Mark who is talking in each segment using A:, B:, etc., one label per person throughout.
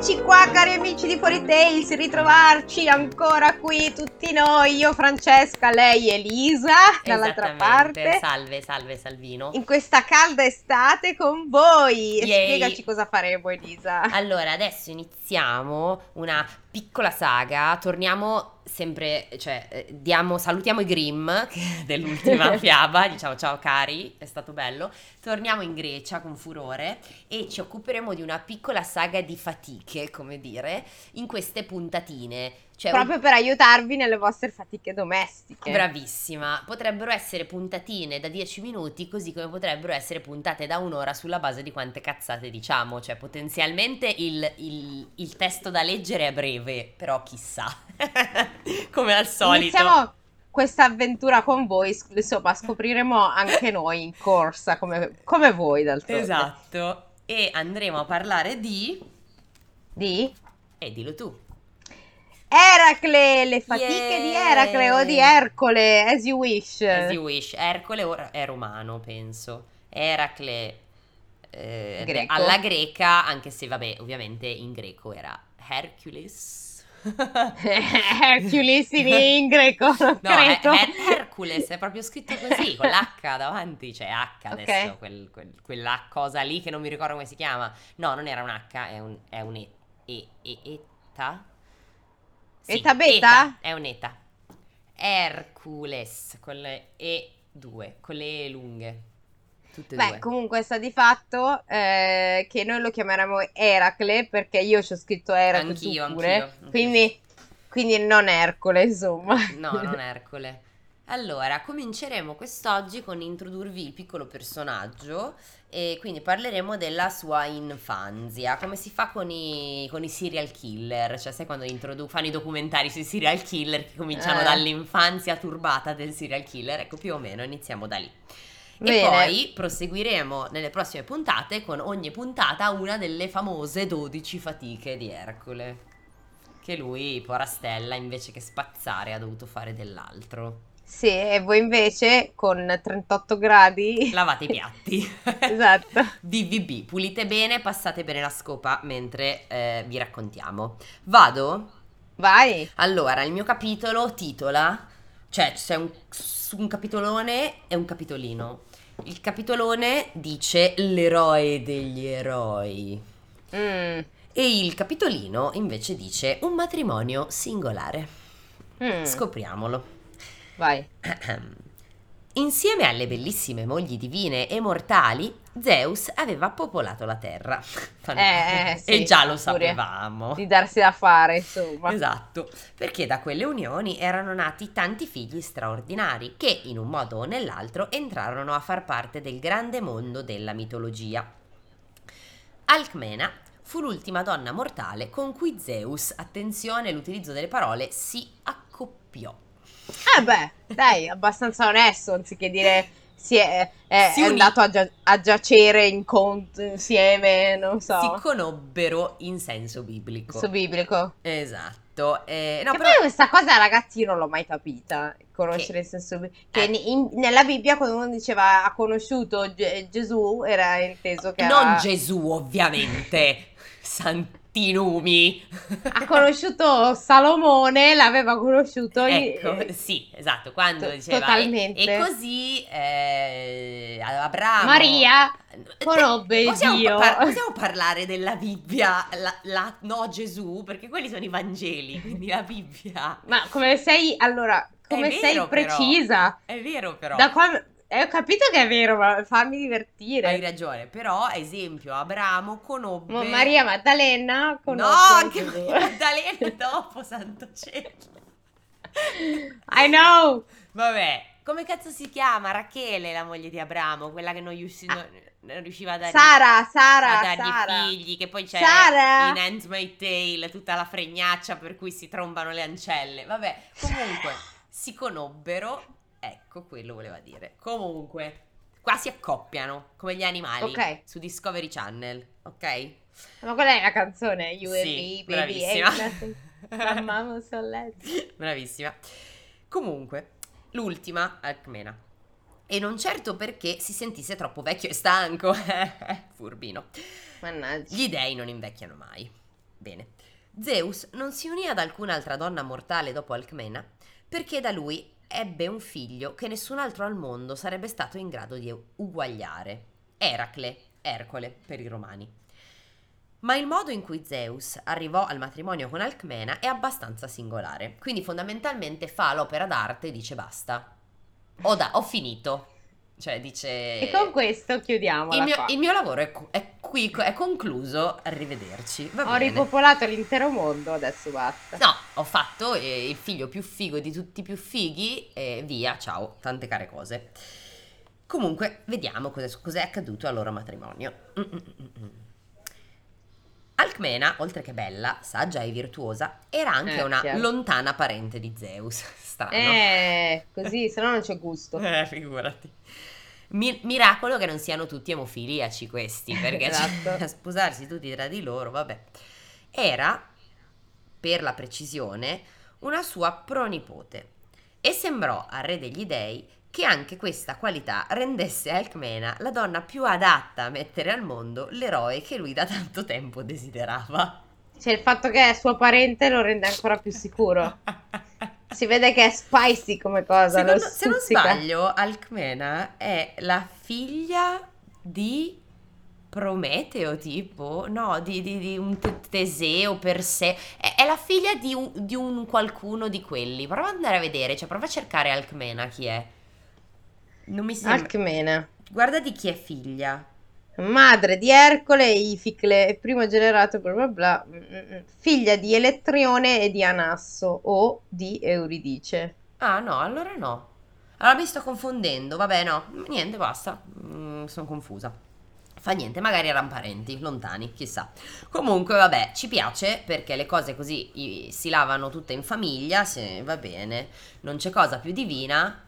A: Eccoci qua, cari amici di Fuori Tales, ritrovarci ancora qui tutti noi, io Francesca, lei Elisa, dall'altra parte.
B: Salve Salvino.
A: In questa calda estate con voi. E
B: Yay.
A: spiegaci cosa faremo, Elisa.
B: Allora, adesso iniziamo una piccola saga, torniamo sempre, salutiamo i Grimm dell'ultima fiaba, diciamo ciao cari, è stato bello, torniamo in Grecia con furore e ci occuperemo di una piccola saga di fatiche, come dire, in queste puntatine. Cioè
A: Proprio per aiutarvi nelle vostre fatiche domestiche.
B: Bravissima, potrebbero essere puntatine da 10 minuti, così come potrebbero essere puntate da un'ora sulla base di quante cazzate diciamo, cioè potenzialmente il testo da leggere è breve, però chissà, come al solito.
A: Iniziamo questa avventura con voi, insomma scopriremo anche noi in corsa, come voi d'altronde.
B: Esatto, e andremo a parlare di... dillo tu.
A: Eracle, le fatiche di Eracle o di Ercole, as you wish.
B: As you wish. Ercole è romano, penso. Eracle alla greca, anche se vabbè, ovviamente in greco era Hercules.
A: Hercules in greco, non credo.
B: Hercules è proprio scritto così, con l'H davanti, cioè H adesso, quella cosa lì che non mi ricordo come si chiama. No, non era un H, è un eta. Sì,
A: Eta beta?
B: È un eta. Hercules con le E2, con le E lunghe. Tutte e due.
A: Comunque sta di fatto che noi lo chiameremo Eracle perché io ci ho scritto Eracle.
B: Anch'io.
A: Quindi non Ercole, insomma.
B: No, non Ercole. Allora, cominceremo quest'oggi con introdurvi il piccolo personaggio e quindi parleremo della sua infanzia, come si fa con i serial killer, cioè sai quando fanno i documentari sui serial killer che cominciano dall'infanzia turbata del serial killer, ecco più o meno iniziamo da lì. Bene. E poi proseguiremo nelle prossime puntate con ogni puntata una delle famose 12 fatiche di Ercole, che lui, porastella, invece che spazzare ha dovuto fare dell'altro.
A: Sì, e voi invece con 38 gradi
B: lavate i piatti.
A: Esatto.
B: BVB, pulite bene, passate bene la scopa mentre vi raccontiamo. Vado?
A: Vai.
B: Allora, il mio capitolo titola, cioè c'è un capitolone e un capitolino. Il capitolone dice l'eroe degli eroi. E il capitolino invece dice un matrimonio singolare. Scopriamolo.
A: Vai.
B: Insieme alle bellissime mogli divine e mortali, Zeus aveva popolato la terra.
A: Sì,
B: e già lo sapevamo.
A: Di darsi da fare, insomma.
B: Esatto, perché da quelle unioni erano nati tanti figli straordinari che, in un modo o nell'altro, entrarono a far parte del grande mondo della mitologia. Alcmena fu l'ultima donna mortale con cui Zeus, attenzione l'utilizzo delle parole, si accoppiò.
A: Dai, abbastanza onesto, anziché dire è andato a giacere in conto insieme, non so.
B: Si conobbero in senso biblico. Esatto.
A: Poi questa cosa, ragazzi, io non l'ho mai capita, conoscere il senso biblico. Che nella Bibbia quando uno diceva ha conosciuto Gesù, era inteso che
B: non Gesù, ovviamente. Santinumi.
A: Ha conosciuto Salomone, l'aveva conosciuto.
B: Ecco, sì, esatto, quando diceva
A: totalmente.
B: E così Abramo
A: Maria conobbe Dio.
B: Possiamo parlare della Bibbia, no Gesù, perché quelli sono i Vangeli, quindi la Bibbia.
A: Ma come sei, allora, sei precisa?
B: È vero però.
A: Ho capito che è vero, ma fammi divertire.
B: Hai ragione, però, esempio, Abramo conobbe...
A: Maria Maddalena conobbe...
B: No, anche Maddalena dopo, santo cielo.
A: I know!
B: Vabbè, come cazzo si chiama? Rachele, la moglie di Abramo, quella che non riusciva a dare...
A: Sara.
B: Figli, che poi c'è
A: Sara.
B: in Handmaid's Tale tutta la fregnaccia per cui si trombano le ancelle. Vabbè, comunque, si conobbero... Ecco, quello voleva dire. Comunque, qua si accoppiano, come gli animali, su Discovery Channel, ok?
A: Ma quella è una canzone, You and Me, Baby,
B: bravissima. Bravissima. Comunque, l'ultima, Alcmena. E non certo perché si sentisse troppo vecchio e stanco. Furbino.
A: Mannaggia.
B: Gli dei non invecchiano mai. Bene. Zeus non si unì ad alcuna altra donna mortale dopo Alcmena perché da lui ebbe un figlio che nessun altro al mondo sarebbe stato in grado di uguagliare. Ercole per i romani. Ma il modo in cui Zeus arrivò al matrimonio con Alcmena è abbastanza singolare. Quindi fondamentalmente fa l'opera d'arte e dice basta. Ho finito. Cioè dice...
A: E con questo chiudiamola qua.
B: Il mio lavoro è qui, è concluso, arrivederci. Va
A: Ho
B: bene.
A: ripopolato l'intero mondo, adesso basta.
B: No, ho fatto il figlio più figo di tutti i più fighi e via, ciao, tante care cose. Comunque, vediamo cos'è accaduto al loro matrimonio. Alcmena, oltre che bella, saggia e virtuosa, era anche una
A: chiaro.
B: lontana parente di Zeus. Strano.
A: Così, se no non c'è gusto.
B: Figurati. Miracolo che non siano tutti emofiliaci questi, perché
A: Esatto.
B: a sposarsi tutti tra di loro, vabbè. Era, per la precisione, una sua pronipote e sembrò al re degli dei che anche questa qualità rendesse Alcmena la donna più adatta a mettere al mondo l'eroe che lui da tanto tempo desiderava.
A: Cioè, il fatto che è suo parente lo rende ancora più sicuro. Si vede che è spicy come cosa.
B: Se non sbaglio, Alcmena è la figlia di Prometeo, tipo, no, di un Teseo per sé. È la figlia di un qualcuno di quelli. Prova ad andare a vedere, cioè prova a cercare Alcmena chi è. Non mi sembra.
A: Alcmena,
B: Guarda di chi è figlia.
A: madre di Ercole, Ificle, primo generato, bla bla bla, figlia di Elettrione e di Anasso o di Euridice.
B: Ah, no, allora no. Allora mi sto confondendo, vabbè, no, niente, basta. Sono confusa. Fa niente, magari erano parenti, lontani, chissà. Comunque, vabbè, ci piace perché le cose così si lavano tutte in famiglia, se va bene. Non c'è cosa più divina.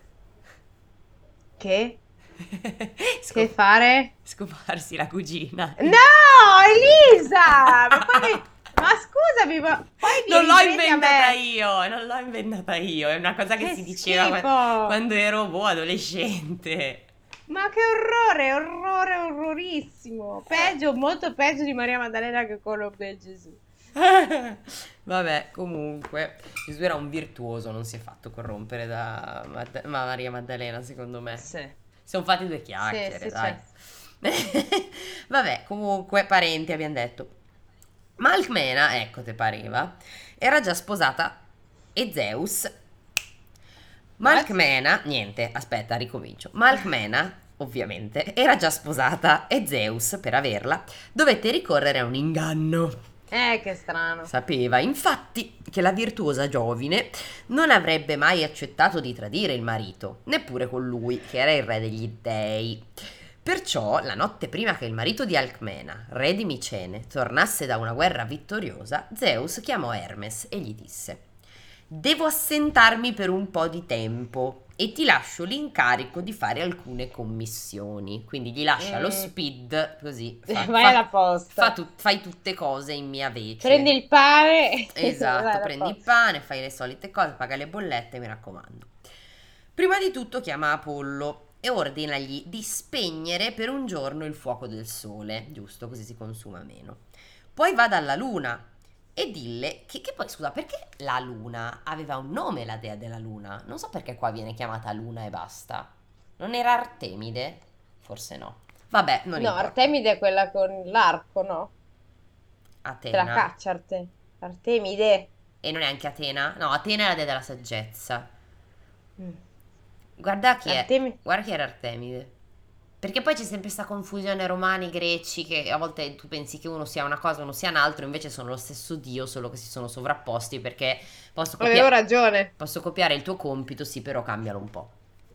A: Che? Che fare?
B: Scoparsi la cugina.
A: No, Elisa! Ma scusami, poi mi
B: Non l'ho
A: ripeti a
B: inventata
A: me.
B: io, non l'ho inventata io, è una cosa che
A: Che
B: si diceva
A: schifo!
B: quando ero adolescente.
A: Ma che orrore, orrorissimo. Peggio, molto peggio di Maria Maddalena che conobbe Gesù.
B: Vabbè, comunque Gesù era un virtuoso, non si è fatto corrompere da Maria Maddalena, secondo me.
A: Sì.
B: Sono fatti due chiacchiere,
A: Sì,
B: dai. Vabbè, comunque, parenti abbiamo detto. Ma Alcmena, ecco te pareva, era già sposata e Zeus. Ma
A: What?
B: Alcmena, niente, aspetta, ricomincio. Ma Alcmena, ovviamente, era già sposata e Zeus, per averla, dovette ricorrere a un inganno.
A: Che strano.
B: Sapeva infatti che la virtuosa giovine non avrebbe mai accettato di tradire il marito, neppure con lui, che era il re degli dei. Perciò, la notte prima che il marito di Alcmena, re di Micene, tornasse da una guerra vittoriosa, Zeus chiamò Hermes e gli disse: «Devo assentarmi per un po' di tempo e ti lascio l'incarico di fare alcune commissioni». Quindi gli lascia lo speed, così
A: Vai alla posta.
B: fai tutte cose in mia vece.
A: Prendi il pane. Vai
B: Esatto,
A: alla
B: prendi il
A: posta.
B: pane, fai le solite cose, paga le bollette, mi raccomando. Prima di tutto chiama Apollo e ordinagli di spegnere per un giorno il fuoco del sole, giusto, così si consuma meno. Poi va dalla luna e dille che poi, scusa, perché la luna aveva un nome, la dea della luna? Non so perché qua viene chiamata luna e basta. Non era Artemide? Forse no. Vabbè, non
A: No,
B: importa.
A: Artemide è quella con l'arco, no? Te la
B: Atena.
A: caccia, Artemide.
B: E non è anche Atena? No, Atena è la dea della saggezza.
A: Mm.
B: Guarda chi è.
A: Artemi-
B: Guarda chi era Artemide. Perché poi c'è sempre questa confusione romani, greci, che a volte tu pensi che uno sia una cosa, uno sia un altro, invece sono lo stesso dio, solo che si sono sovrapposti, perché
A: Avevo ragione.
B: posso copiare il tuo compito, sì, però cambialo un po'.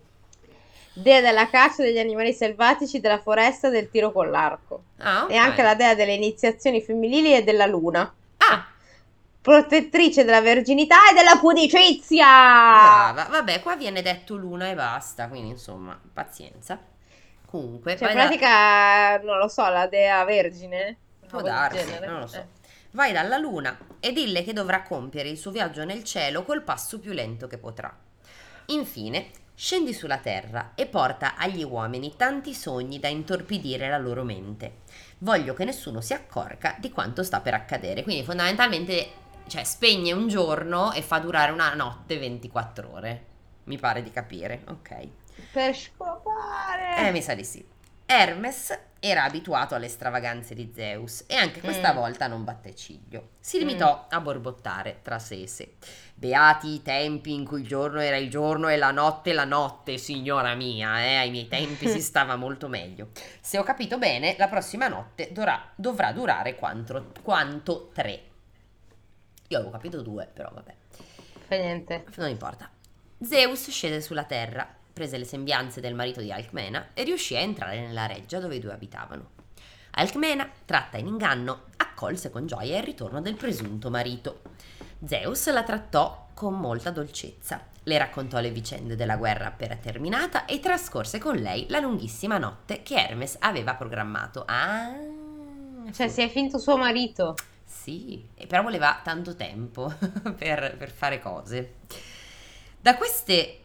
A: Dea della caccia degli animali selvatici, della foresta, del tiro con l'arco.
B: Ah, ok.
A: E anche la dea delle iniziazioni femminili e della luna.
B: Ah,
A: Protettrice della verginità e della pudicizia.
B: brava. Vabbè, qua viene detto luna e basta, quindi insomma, pazienza. Comunque,
A: Cioè, in
B: vai
A: pratica, non lo so, la dea vergine.
B: può
A: Una roba del
B: darsi,
A: genere.
B: non lo so. Vai dalla luna e dille che dovrà compiere il suo viaggio nel cielo col passo più lento che potrà. Infine, Scendi sulla terra e porta agli uomini tanti sogni da intorpidire la loro mente. Voglio che nessuno si accorga di quanto sta per accadere. Quindi fondamentalmente, cioè, spegne un giorno e fa durare una notte 24 ore. Mi pare di capire, ok.
A: Per scopare.
B: Mi sa di sì. Hermes era abituato alle stravaganze di Zeus e anche questa volta non batte ciglio. Si limitò a borbottare tra sé e sé. Beati i tempi in cui il giorno era il giorno e la notte, signora mia, ai miei tempi si stava molto meglio. Se ho capito bene, la prossima notte dovrà durare quanto 3. Io avevo capito 2, però vabbè.
A: Fa niente.
B: Non importa. Zeus scese sulla terra, prese le sembianze del marito di Alcmena e riuscì a entrare nella reggia dove i due abitavano. Alcmena, tratta in inganno, accolse con gioia il ritorno del presunto marito. Zeus la trattò con molta dolcezza, le raccontò le vicende della guerra appena terminata e trascorse con lei la lunghissima notte che Hermes aveva programmato.
A: Cioè, si è finto suo marito.
B: Sì, però voleva tanto tempo per fare cose. Da queste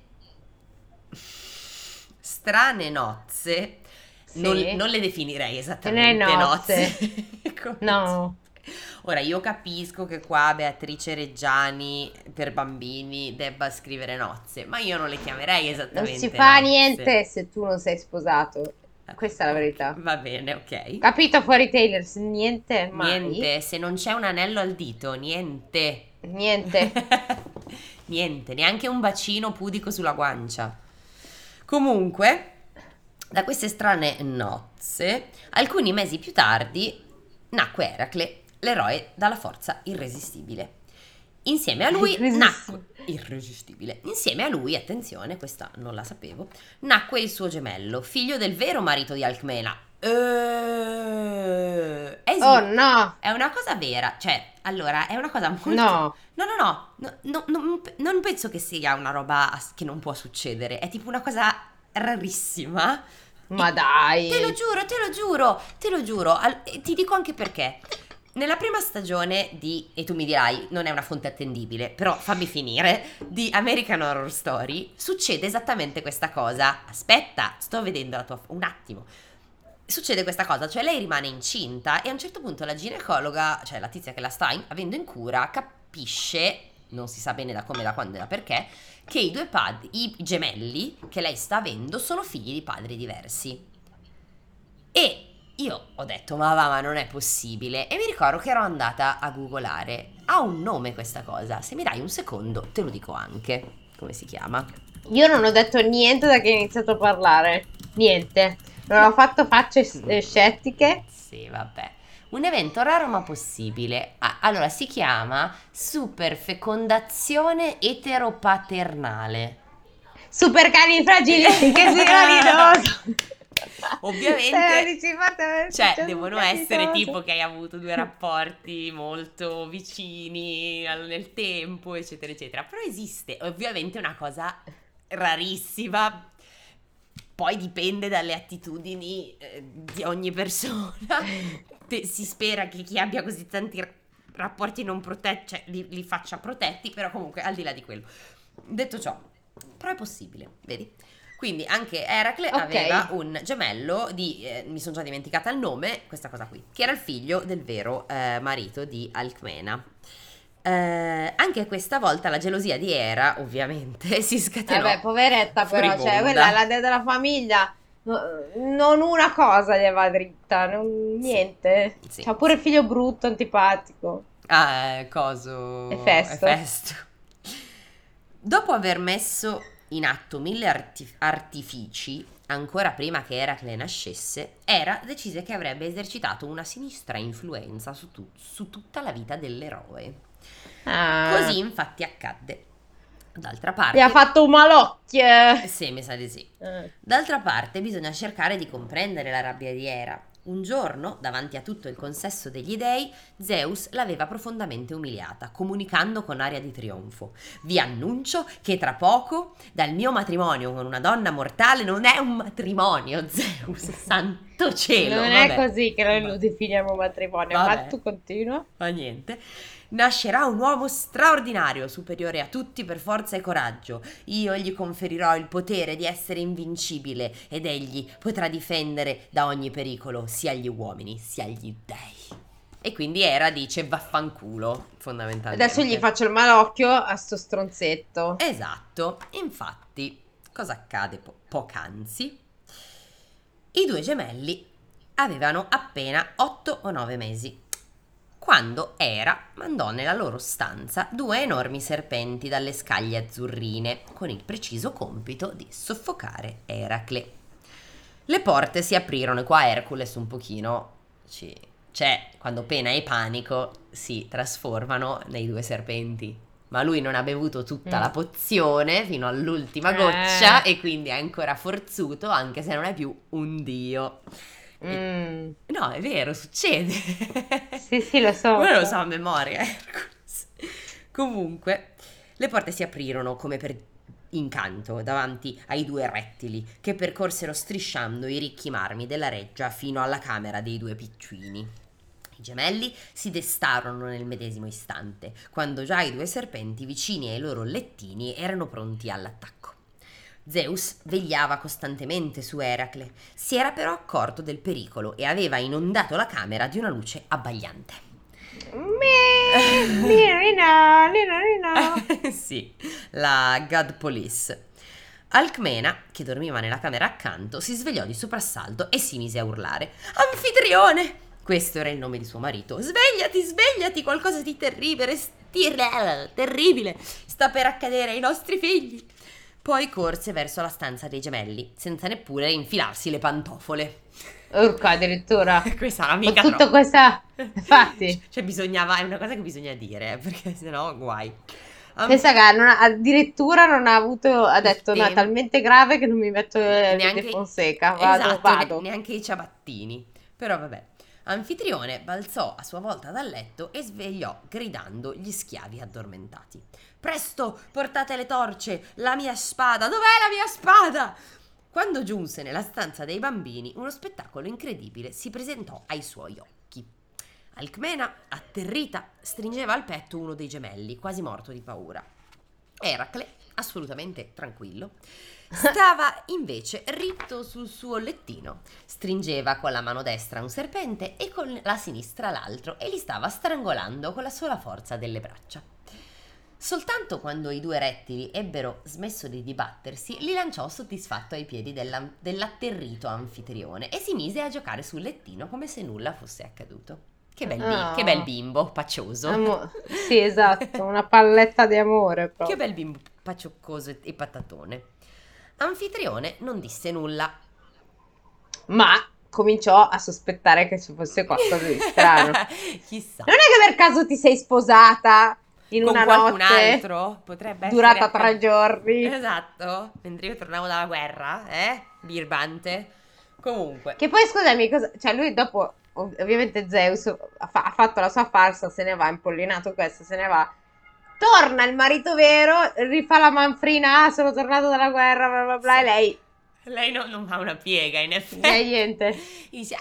B: strane nozze,
A: Sì.
B: non le definirei esattamente nozze.
A: No.
B: Ora, io capisco che qua Beatrice Reggiani per bambini debba scrivere nozze, ma io non le chiamerei esattamente
A: Non si fa
B: nozze.
A: niente se tu non sei sposato. Questa è la verità.
B: Va bene, ok.
A: Capito, fuori Taylor? Niente, mai.
B: Niente, se non c'è un anello al dito, niente.
A: Niente.
B: Niente, neanche un bacino pudico sulla guancia. Comunque, da queste strane nozze, alcuni mesi più tardi, nacque Eracle, l'eroe dalla forza irresistibile. Insieme a lui nacque irresistibile. Insieme a lui, attenzione, questa non la sapevo, nacque il suo gemello, figlio del vero marito di Alcmena.
A: Oh no.
B: È una cosa vera, cioè, allora, è una cosa molto...
A: No.
B: Non penso che sia una roba che non può succedere, è tipo una cosa rarissima.
A: Ma dai.
B: Te lo giuro, ti dico anche perché. Nella prima stagione e tu mi dirai, non è una fonte attendibile, però fammi finire, di American Horror Story, succede esattamente questa cosa. Aspetta, sto vedendo la tua... Un attimo. Succede questa cosa, cioè lei rimane incinta e a un certo punto la ginecologa, cioè la tizia che la sta avendo in cura, capisce, non si sa bene da come, da quando e da perché, che i gemelli che lei sta avendo sono figli di padri diversi. E io ho detto, ma non è possibile. E mi ricordo che ero andata a googolare. Ha un nome questa cosa. Se mi dai un secondo, te lo dico anche. Come si chiama?
A: Io non ho detto niente da che hai iniziato a parlare. Niente. Non ho fatto facce scettiche.
B: Sì, vabbè. Un evento raro ma possibile. Allora, si chiama superfecondazione eteropaternale.
A: Supercalifragilistichespiralidoso.
B: Ovviamente, cioè, devono essere tipo che hai avuto 2 rapporti molto vicini nel tempo, eccetera, eccetera. Però esiste, ovviamente è una cosa rarissima. Poi dipende dalle attitudini di ogni persona. Si spera che chi abbia così tanti rapporti non protetti, cioè li faccia protetti, però comunque al di là di quello. Detto ciò, però è possibile, vedi? Quindi anche Eracle aveva un gemello mi sono già dimenticata il nome, questa cosa qui, che era il figlio del vero marito di Alcmena. Anche questa volta la gelosia di Era ovviamente si scatenò.
A: Vabbè, poveretta però,
B: furibonda.
A: cioè quella è la dea della famiglia, non una cosa gli va dritta, niente.
B: Sì.
A: C'ha pure il figlio brutto, antipatico.
B: Coso?
A: Efesto.
B: Dopo aver messo in atto 1000 artifici, ancora prima che Eracle nascesse, Era decise che avrebbe esercitato una sinistra influenza su tutta la vita dell'eroe. Così infatti accadde. D'altra parte...
A: Gli ha fatto un malocchio.
B: Sì, mi sa di sì. D'altra parte bisogna cercare di comprendere la rabbia di Era. Un giorno, davanti a tutto il consesso degli dei, Zeus l'aveva profondamente umiliata, comunicando con aria di trionfo: vi annuncio che tra poco, dal mio matrimonio con una donna mortale, non è un matrimonio, Zeus, santo cielo.
A: Non è così che noi lo definiamo matrimonio, ma tu continua.
B: Ma niente. nascerà un uomo straordinario, superiore a tutti per forza e coraggio. Io gli conferirò il potere di essere invincibile ed egli potrà difendere da ogni pericolo sia gli uomini sia gli dei. E quindi Hera dice vaffanculo, fondamentalmente.
A: Adesso gli faccio il malocchio a sto stronzetto.
B: Esatto, infatti, cosa accade poc'anzi? I due gemelli avevano appena 8 o 9 mesi, quando Hera mandò nella loro stanza 2 enormi serpenti dalle scaglie azzurrine, con il preciso compito di soffocare Eracle. Le porte si aprirono e qua Hercules un pochino quando pena e panico si trasformano nei 2 serpenti. Ma lui non ha bevuto tutta la pozione fino all'ultima goccia e quindi è ancora forzuto, anche se non è più un dio. No, è vero, succede.
A: Sì, lo so.
B: Ma lo so a memoria, Hercules. Comunque, le porte si aprirono come per incanto davanti ai 2 rettili che percorsero strisciando i ricchi marmi della reggia fino alla camera dei 2 piccini. I gemelli si destarono nel medesimo istante, quando già i 2 serpenti vicini ai loro lettini erano pronti all'attacco. Zeus vegliava costantemente su Eracle, si era però accorto del pericolo e aveva inondato la camera di una luce abbagliante. Sì, la God Police. Alcmena, che dormiva nella camera accanto, si svegliò di soprassalto e si mise a urlare: Anfitrione! Questo era il nome di suo marito. Svegliati, svegliati, qualcosa di terribile, terribile sta per accadere ai nostri figli. Poi corse verso la stanza dei gemelli, senza neppure infilarsi le pantofole.
A: Urca, addirittura.
B: Questa era mica
A: tutto
B: troppo.
A: Questa, infatti.
B: Cioè è una cosa che bisogna dire, perché sennò guai.
A: Pensa che addirittura non ha avuto, ha detto no, è talmente grave che non mi metto neanche Fonseca, vado.
B: Neanche i ciabattini, però vabbè. Anfitrione balzò a sua volta dal letto e svegliò gridando gli schiavi addormentati: Presto, portate le torce, la mia spada, dov'è la mia spada? Quando giunse nella stanza dei bambini, uno spettacolo incredibile si presentò ai suoi occhi. Alcmena, atterrita, stringeva al petto uno dei gemelli, quasi morto di paura. Eracle, assolutamente tranquillo, stava invece ritto sul suo lettino, stringeva con la mano destra un serpente e con la sinistra l'altro e li stava strangolando con la sola forza delle braccia. Soltanto quando i 2 rettili ebbero smesso di dibattersi, li lanciò soddisfatto ai piedi dell'atterrito anfitrione e si mise a giocare sul lettino come se nulla fosse accaduto. Che bel bimbo, paccioso.
A: Sì, esatto, una palletta di amore proprio.
B: Che bel bimbo paccioccoso e patatone. Anfitrione non disse nulla,
A: ma cominciò a sospettare che ci fosse qualcosa di strano.
B: Chissà.
A: Non è che per caso ti sei sposata in
B: con
A: una
B: qualcun
A: notte
B: altro? Potrebbe essere
A: durata 3 giorni.
B: Esatto, mentre io tornavo dalla guerra, birbante. Comunque.
A: Che poi scusami, cioè lui dopo, ovviamente Zeus ha fatto la sua farsa, se ne va, ha impollinato questo, se ne va. Torna il marito vero, rifà la manfrina, sono tornato dalla guerra, bla bla bla, e
B: lei non fa una piega, in effetti.
A: Niente.
B: Dice,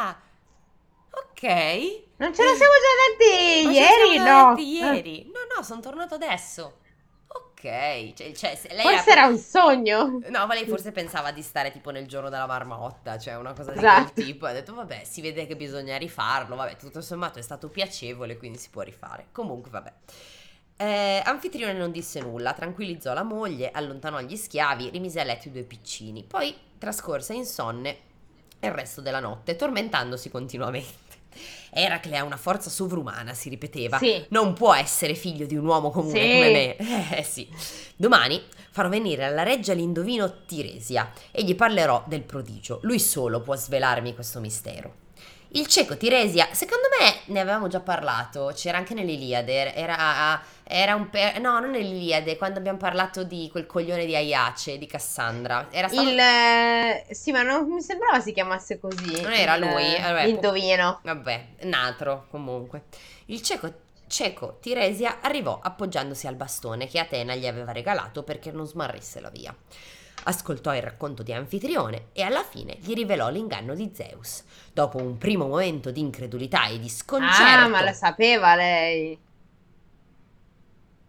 B: ok.
A: Non ce la siamo già detti ieri, no?
B: Ieri. No, sono tornato adesso. Ok. Cioè, lei
A: forse era un sogno.
B: No, ma lei forse pensava di stare tipo nel giorno della marmotta, cioè una cosa di
A: esatto.
B: quel tipo. Ha detto, vabbè, si vede che bisogna rifarlo. Vabbè, tutto sommato è stato piacevole, quindi si può rifare. Comunque, vabbè. Anfitrione non disse nulla, tranquillizzò la moglie, allontanò gli schiavi, rimise a letto i 2 piccini. Poi trascorse insonne il resto della notte, tormentandosi continuamente. Eracle ha una forza sovrumana, si ripeteva.
A: Sì.
B: Non può essere figlio di un uomo comune come me. Sì. Domani farò venire alla reggia l'indovino Tiresia e gli parlerò del prodigio. Lui solo può svelarmi questo mistero. Il cieco Tiresia, secondo me ne avevamo già parlato, c'era anche nell'Iliade, era no, non nell'Iliade, quando abbiamo parlato di quel coglione di Aiace, di Cassandra. Era stato...
A: Sì, ma non mi sembrava si chiamasse così.
B: Non era lui?
A: L'indovino.
B: Vabbè, Natro, comunque. Il cieco Tiresia arrivò appoggiandosi al bastone che Atena gli aveva regalato perché non smarrisse la via. Ascoltò il racconto di Anfitrione e alla fine gli rivelò l'inganno di Zeus. Dopo un primo momento di incredulità e di sconcerto...
A: ma lo sapeva lei.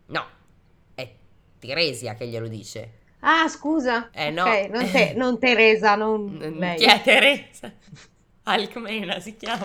B: No, è Teresia che glielo dice.
A: Ah, scusa.
B: No.
A: Ok, non Teresa, non lei.
B: Chi è Teresa? Alcmena si chiama.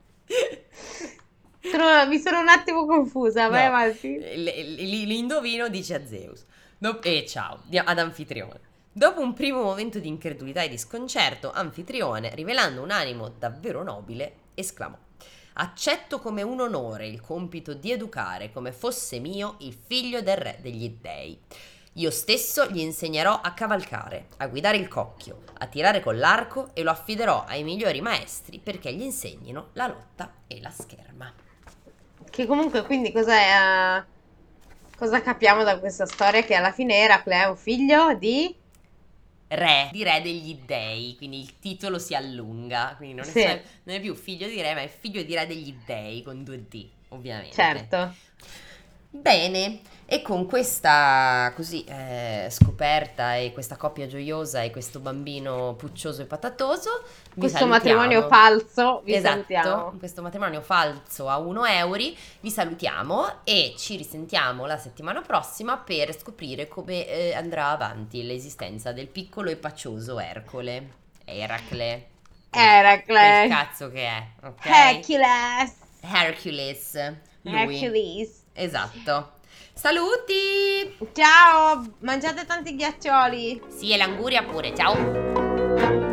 A: Mi sono un attimo confusa, vai
B: No,
A: avanti.
B: l'indovino dice a Zeus. Ciao, ad Anfitrione. Dopo un primo momento di incredulità e di sconcerto, Anfitrione, rivelando un animo davvero nobile, esclamò: accetto come un onore il compito di educare come fosse mio il figlio del re degli dei. Io stesso gli insegnerò a cavalcare, a guidare il cocchio, a tirare con l'arco e lo affiderò ai migliori maestri perché gli insegnino la lotta e la scherma.
A: Che comunque, quindi cosa capiamo da questa storia? Che alla fine Eracle è un figlio di...
B: Di re degli dei, quindi il titolo si allunga, quindi
A: Sì,
B: non è più figlio di re, ma è figlio di re degli dei, con 2D, ovviamente.
A: certo.
B: Bene, e con questa così scoperta e questa coppia gioiosa e questo bambino puccioso e patatoso, vi
A: Questo
B: salutiamo.
A: matrimonio falso, vi
B: Esatto,
A: salutiamo.
B: questo matrimonio falso a 1 euro, vi salutiamo e ci risentiamo la settimana prossima per scoprire come andrà avanti l'esistenza del piccolo e pacioso Eracle.
A: Eracle.
B: Quel cazzo che è, ok? Hercules. Lui.
A: Hercules.
B: Esatto. Saluti!
A: Ciao, mangiate tanti ghiaccioli.
B: Sì, e l'anguria pure, ciao!